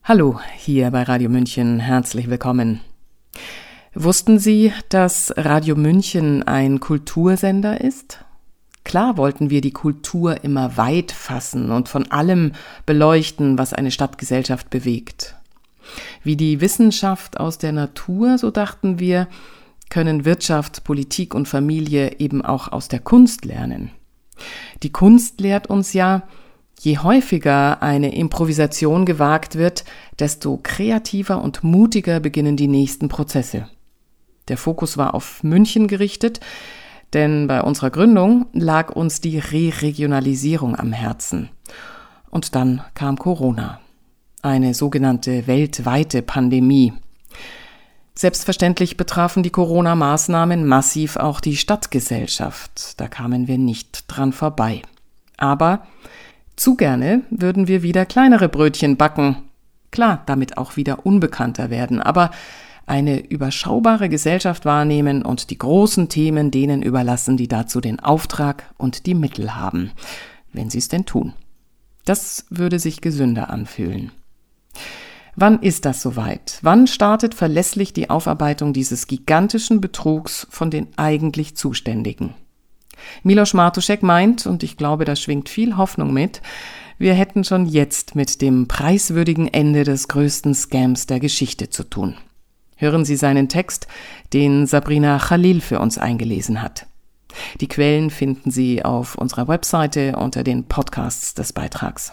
Hallo, hier bei Radio München, herzlich willkommen. Wussten Sie, dass Radio München ein Kultursender ist? Klar wollten wir die Kultur immer weit fassen und von allem beleuchten, was eine Stadtgesellschaft bewegt. Wie die Wissenschaft aus der Natur, so dachten wir, können Wirtschaft, Politik und Familie eben auch aus der Kunst lernen. Die Kunst lehrt uns ja, je häufiger eine Improvisation gewagt wird, desto kreativer und mutiger beginnen die nächsten Prozesse. Der Fokus war auf München gerichtet, denn bei unserer Gründung lag uns die Re-Regionalisierung am Herzen. Und dann kam Corona, eine sogenannte weltweite Pandemie. Selbstverständlich betrafen die Corona-Maßnahmen massiv auch die Stadtgesellschaft. Da kamen wir nicht dran vorbei. Aber zu gerne würden wir wieder kleinere Brötchen backen. Klar, damit auch wieder unbekannter werden, aber eine überschaubare Gesellschaft wahrnehmen und die großen Themen denen überlassen, die dazu den Auftrag und die Mittel haben, wenn sie es denn tun. Das würde sich gesünder anfühlen. Wann ist das soweit? Wann startet verlässlich die Aufarbeitung dieses gigantischen Betrugs von den eigentlich Zuständigen? Miloš Martušek meint, und ich glaube, da schwingt viel Hoffnung mit, wir hätten schon jetzt mit dem preiswürdigen Ende des größten Scams der Geschichte zu tun. Hören Sie seinen Text, den Sabrina Khalil für uns eingelesen hat. Die Quellen finden Sie auf unserer Webseite unter den Podcasts des Beitrags.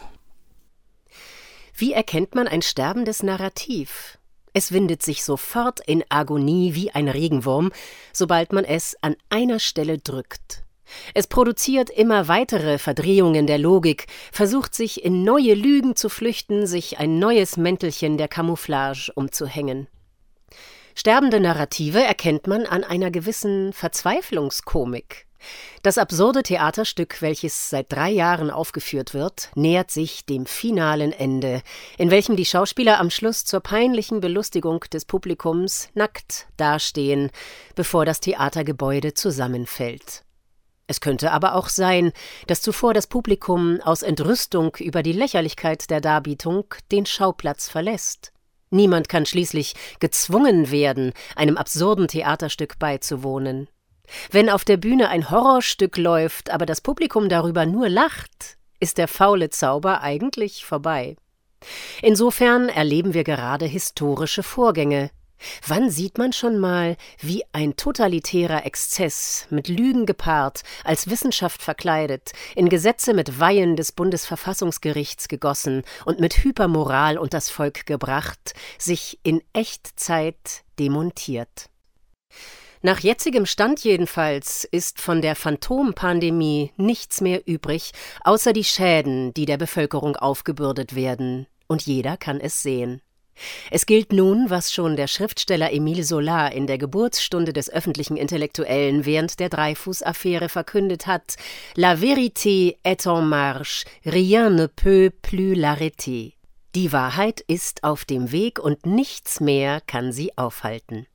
Wie erkennt man ein sterbendes Narrativ? Es windet sich sofort in Agonie wie ein Regenwurm, sobald man es an einer Stelle drückt. Es produziert immer weitere Verdrehungen der Logik, versucht sich in neue Lügen zu flüchten, sich ein neues Mäntelchen der Camouflage umzuhängen. Sterbende Narrative erkennt man an einer gewissen Verzweiflungskomik. Das absurde Theaterstück, welches seit 3 Jahren aufgeführt wird, nähert sich dem finalen Ende, in welchem die Schauspieler am Schluss zur peinlichen Belustigung des Publikums nackt dastehen, bevor das Theatergebäude zusammenfällt. Es könnte aber auch sein, dass zuvor das Publikum aus Entrüstung über die Lächerlichkeit der Darbietung den Schauplatz verlässt. Niemand kann schließlich gezwungen werden, einem absurden Theaterstück beizuwohnen. Wenn auf der Bühne ein Horrorstück läuft, aber das Publikum darüber nur lacht, ist der faule Zauber eigentlich vorbei. Insofern erleben wir gerade historische Vorgänge. Wann sieht man schon mal, wie ein totalitärer Exzess, mit Lügen gepaart, als Wissenschaft verkleidet, in Gesetze mit Weihen des Bundesverfassungsgerichts gegossen und mit Hypermoral unters Volk gebracht, sich in Echtzeit demontiert? Nach jetzigem Stand jedenfalls ist von der Phantompandemie nichts mehr übrig, außer die Schäden, die der Bevölkerung aufgebürdet werden. Und jeder kann es sehen. Es gilt nun, was schon der Schriftsteller Émile Zola in der Geburtsstunde des öffentlichen Intellektuellen während der Dreyfus-Affäre verkündet hat: La vérité est en marche, rien ne peut plus l'arrêter. Die Wahrheit ist auf dem Weg und nichts mehr kann sie aufhalten.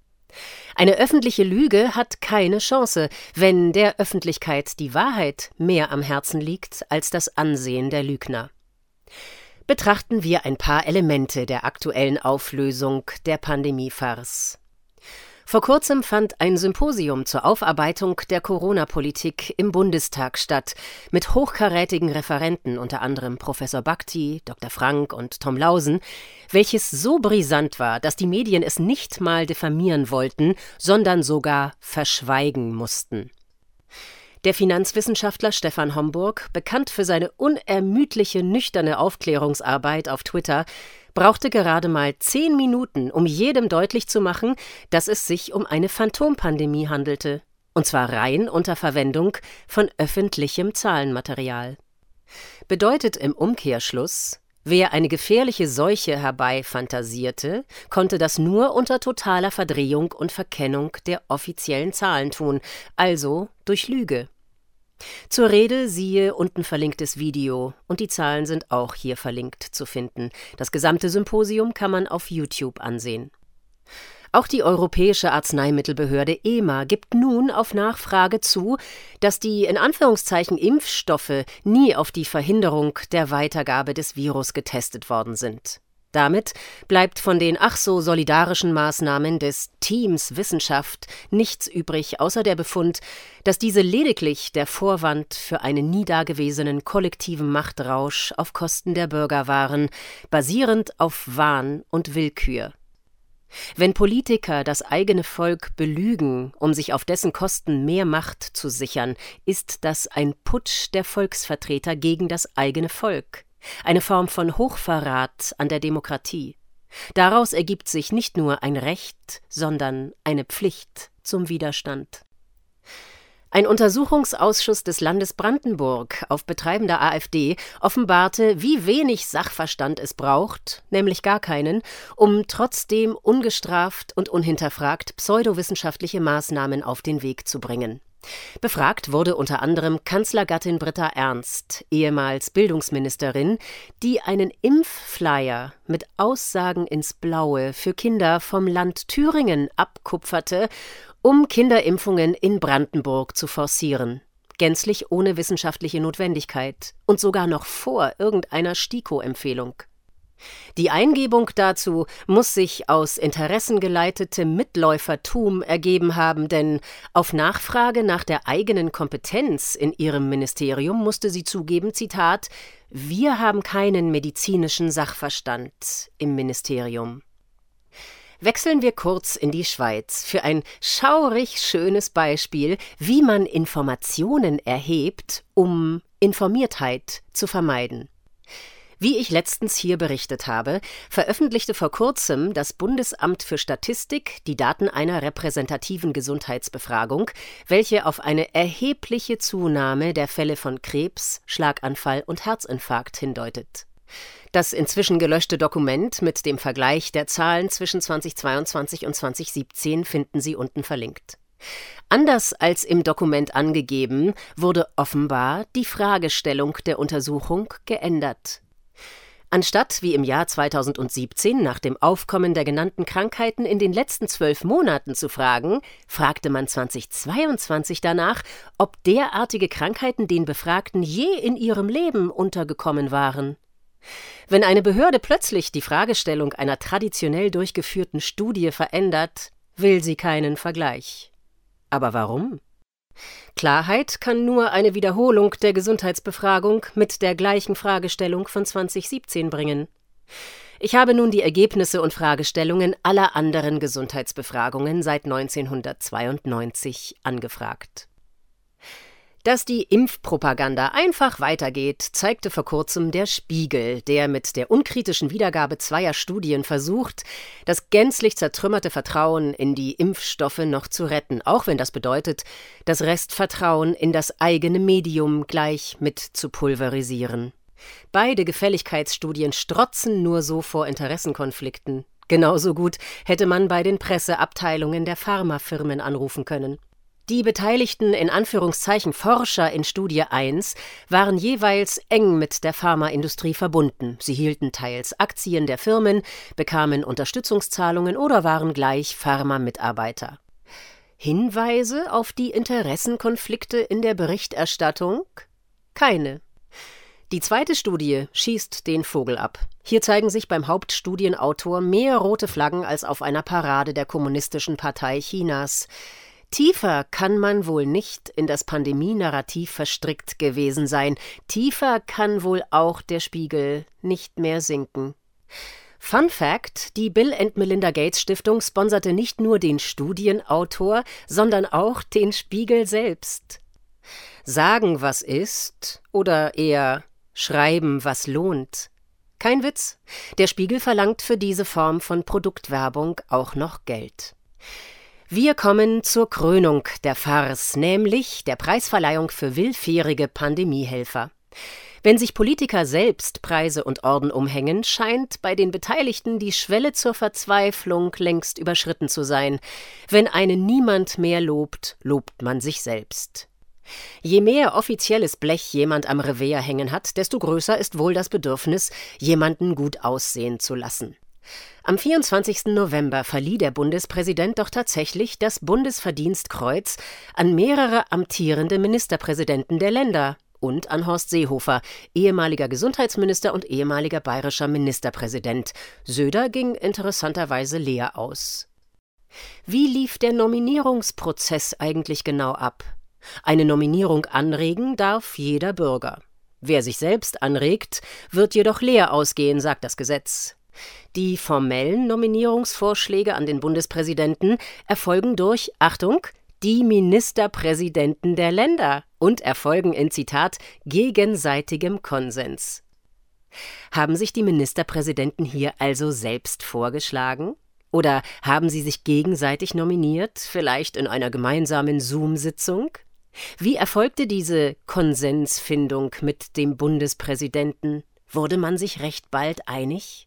Eine öffentliche Lüge hat keine Chance, wenn der Öffentlichkeit die Wahrheit mehr am Herzen liegt als das Ansehen der Lügner. Betrachten wir ein paar Elemente der aktuellen Auflösung der Pandemie-Farce. Vor kurzem fand ein Symposium zur Aufarbeitung der Corona-Politik im Bundestag statt, mit hochkarätigen Referenten, unter anderem Professor Bhakti, Dr. Frank und Tom Lausen, welches so brisant war, dass die Medien es nicht mal diffamieren wollten, sondern sogar verschweigen mussten. Der Finanzwissenschaftler Stefan Homburg, bekannt für seine unermüdliche, nüchterne Aufklärungsarbeit auf Twitter, brauchte gerade mal 10 Minuten, um jedem deutlich zu machen, dass es sich um eine Phantompandemie handelte. Und zwar rein unter Verwendung von öffentlichem Zahlenmaterial. Bedeutet im Umkehrschluss: Wer eine gefährliche Seuche herbeifantasierte, konnte das nur unter totaler Verdrehung und Verkennung der offiziellen Zahlen tun, also durch Lüge. Zur Rede siehe unten verlinktes Video, und die Zahlen sind auch hier verlinkt zu finden. Das gesamte Symposium kann man auf YouTube ansehen. Auch die Europäische Arzneimittelbehörde EMA gibt nun auf Nachfrage zu, dass die in Anführungszeichen Impfstoffe nie auf die Verhinderung der Weitergabe des Virus getestet worden sind. Damit bleibt von den ach so solidarischen Maßnahmen des Teams Wissenschaft nichts übrig, außer der Befund, dass diese lediglich der Vorwand für einen nie dagewesenen kollektiven Machtrausch auf Kosten der Bürger waren, basierend auf Wahn und Willkür. Wenn Politiker das eigene Volk belügen, um sich auf dessen Kosten mehr Macht zu sichern, ist das ein Putsch der Volksvertreter gegen das eigene Volk. Eine Form von Hochverrat an der Demokratie. Daraus ergibt sich nicht nur ein Recht, sondern eine Pflicht zum Widerstand. Ein Untersuchungsausschuss des Landes Brandenburg auf Betreiben der AfD offenbarte, wie wenig Sachverstand es braucht, nämlich gar keinen, um trotzdem ungestraft und unhinterfragt pseudowissenschaftliche Maßnahmen auf den Weg zu bringen. Befragt wurde unter anderem Kanzlergattin Britta Ernst, ehemals Bildungsministerin, die einen Impfflyer mit Aussagen ins Blaue für Kinder vom Land Thüringen abkupferte, um Kinderimpfungen in Brandenburg zu forcieren. Gänzlich ohne wissenschaftliche Notwendigkeit und sogar noch vor irgendeiner STIKO-Empfehlung. Die Eingebung dazu muss sich aus interessengeleitetem Mitläufertum ergeben haben, denn auf Nachfrage nach der eigenen Kompetenz in ihrem Ministerium musste sie zugeben, Zitat, »Wir haben keinen medizinischen Sachverstand im Ministerium.« Wechseln wir kurz in die Schweiz für ein schaurig schönes Beispiel, wie man Informationen erhebt, um Informiertheit zu vermeiden. Wie ich letztens hier berichtet habe, veröffentlichte vor kurzem das Bundesamt für Statistik die Daten einer repräsentativen Gesundheitsbefragung, welche auf eine erhebliche Zunahme der Fälle von Krebs, Schlaganfall und Herzinfarkt hindeutet. Das inzwischen gelöschte Dokument mit dem Vergleich der Zahlen zwischen 2022 und 2017 finden Sie unten verlinkt. Anders als im Dokument angegeben, wurde offenbar die Fragestellung der Untersuchung geändert. Anstatt wie im Jahr 2017 nach dem Aufkommen der genannten Krankheiten in den letzten 12 Monaten zu fragen, fragte man 2022 danach, ob derartige Krankheiten den Befragten je in ihrem Leben untergekommen waren. Wenn eine Behörde plötzlich die Fragestellung einer traditionell durchgeführten Studie verändert, will sie keinen Vergleich. Aber warum? Klarheit kann nur eine Wiederholung der Gesundheitsbefragung mit der gleichen Fragestellung von 2017 bringen. Ich habe nun die Ergebnisse und Fragestellungen aller anderen Gesundheitsbefragungen seit 1992 angefragt. Dass die Impfpropaganda einfach weitergeht, zeigte vor kurzem der Spiegel, der mit der unkritischen Wiedergabe zweier Studien versucht, das gänzlich zertrümmerte Vertrauen in die Impfstoffe noch zu retten, auch wenn das bedeutet, das Restvertrauen in das eigene Medium gleich mit zu pulverisieren. Beide Gefälligkeitsstudien strotzen nur so vor Interessenkonflikten. Genauso gut hätte man bei den Presseabteilungen der Pharmafirmen anrufen können. Die beteiligten in Anführungszeichen Forscher in Studie 1 waren jeweils eng mit der Pharmaindustrie verbunden. Sie hielten teils Aktien der Firmen, bekamen Unterstützungszahlungen oder waren gleich Pharma-Mitarbeiter. Hinweise auf die Interessenkonflikte in der Berichterstattung? Keine. Die zweite Studie schießt den Vogel ab. Hier zeigen sich beim Hauptstudienautor mehr rote Flaggen als auf einer Parade der Kommunistischen Partei Chinas. Tiefer kann man wohl nicht in das Pandemie-Narrativ verstrickt gewesen sein. Tiefer kann wohl auch der Spiegel nicht mehr sinken. Fun Fact: Die Bill & Melinda Gates Stiftung sponserte nicht nur den Studienautor, sondern auch den Spiegel selbst. Sagen, was ist, oder eher schreiben, was lohnt. Kein Witz. Der Spiegel verlangt für diese Form von Produktwerbung auch noch Geld. Wir kommen zur Krönung der Farce, nämlich der Preisverleihung für willfährige Pandemiehelfer. Wenn sich Politiker selbst Preise und Orden umhängen, scheint bei den Beteiligten die Schwelle zur Verzweiflung längst überschritten zu sein. Wenn einen niemand mehr lobt, lobt man sich selbst. Je mehr offizielles Blech jemand am Revers hängen hat, desto größer ist wohl das Bedürfnis, jemanden gut aussehen zu lassen. Am 24. November verlieh der Bundespräsident doch tatsächlich das Bundesverdienstkreuz an mehrere amtierende Ministerpräsidenten der Länder. und an Horst Seehofer, ehemaliger Gesundheitsminister und ehemaliger bayerischer Ministerpräsident. Söder ging interessanterweise leer aus. Wie lief der Nominierungsprozess eigentlich genau ab? Eine Nominierung anregen darf jeder Bürger. Wer sich selbst anregt, wird jedoch leer ausgehen, sagt das Gesetz. Die formellen Nominierungsvorschläge an den Bundespräsidenten erfolgen durch, Achtung, die Ministerpräsidenten der Länder und erfolgen in, Zitat, gegenseitigem Konsens. Haben sich die Ministerpräsidenten hier also selbst vorgeschlagen? Oder haben sie sich gegenseitig nominiert, vielleicht in einer gemeinsamen Zoom-Sitzung? Wie erfolgte diese Konsensfindung mit dem Bundespräsidenten? Wurde man sich recht bald einig?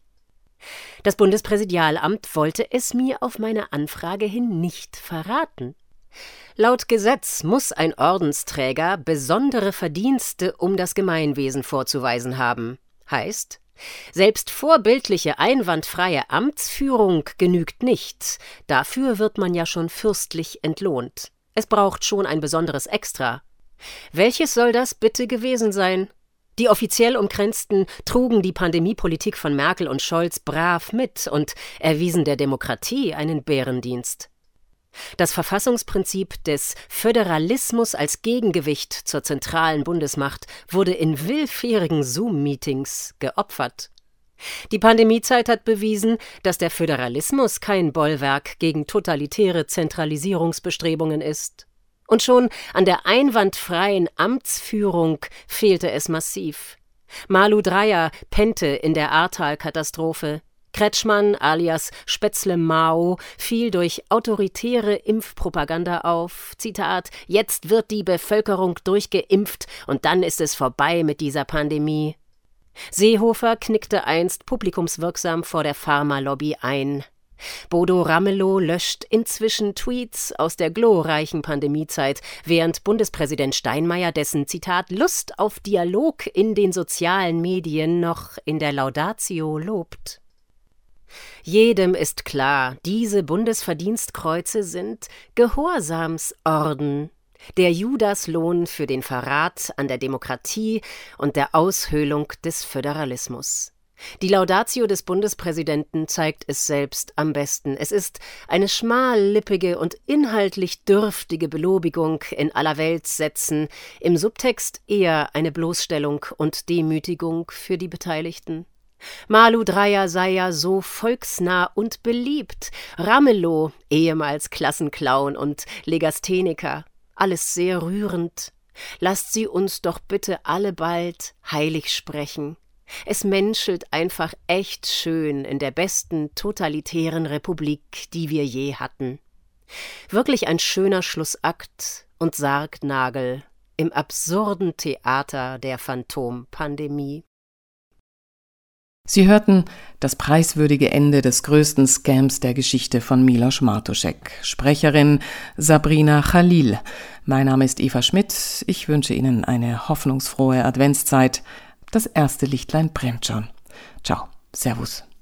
Das Bundespräsidialamt wollte es mir auf meine Anfrage hin nicht verraten. Laut Gesetz muss ein Ordensträger besondere Verdienste um das Gemeinwesen vorzuweisen haben. Heißt, selbst vorbildliche, einwandfreie Amtsführung genügt nicht. Dafür wird man ja schon fürstlich entlohnt. Es braucht schon ein besonderes Extra. Welches soll das bitte gewesen sein? Die offiziell Umkränzten trugen die Pandemiepolitik von Merkel und Scholz brav mit und erwiesen der Demokratie einen Bärendienst. Das Verfassungsprinzip des Föderalismus als Gegengewicht zur zentralen Bundesmacht wurde in willfährigen Zoom-Meetings geopfert. Die Pandemiezeit hat bewiesen, dass der Föderalismus kein Bollwerk gegen totalitäre Zentralisierungsbestrebungen ist. Und schon an der einwandfreien Amtsführung fehlte es massiv. Malu Dreyer pennte in der Ahrtal-Katastrophe. Kretschmann alias Spätzle Mao fiel durch autoritäre Impfpropaganda auf. Zitat: Jetzt wird die Bevölkerung durchgeimpft und dann ist es vorbei mit dieser Pandemie. Seehofer knickte einst publikumswirksam vor der Pharmalobby ein. Bodo Ramelow löscht inzwischen Tweets aus der glorreichen Pandemiezeit, während Bundespräsident Steinmeier dessen, Zitat, Lust auf Dialog in den sozialen Medien noch in der Laudatio lobt. Jedem ist klar, diese Bundesverdienstkreuze sind Gehorsamsorden, der Judaslohn für den Verrat an der Demokratie und der Aushöhlung des Föderalismus. Die Laudatio des Bundespräsidenten zeigt es selbst am besten. Es ist eine schmallippige und inhaltlich dürftige Belobigung in Allerweltssätzen, im Subtext eher eine Bloßstellung und Demütigung für die Beteiligten. Malu Dreyer sei ja so volksnah und beliebt, Ramelow, ehemals Klassenclown und Legastheniker, alles sehr rührend. Lasst sie uns doch bitte alle bald heilig sprechen. Es menschelt einfach echt schön in der besten totalitären Republik, die wir je hatten. Wirklich ein schöner Schlussakt und Sargnagel im absurden Theater der Phantompandemie. Sie hörten das preiswürdige Ende des größten Scams der Geschichte von Miloš Martušek. Sprecherin Sabrina Khalil. Mein Name ist Eva Schmidt. Ich wünsche Ihnen eine hoffnungsfrohe Adventszeit. Das erste Lichtlein brennt schon. Ciao, Servus.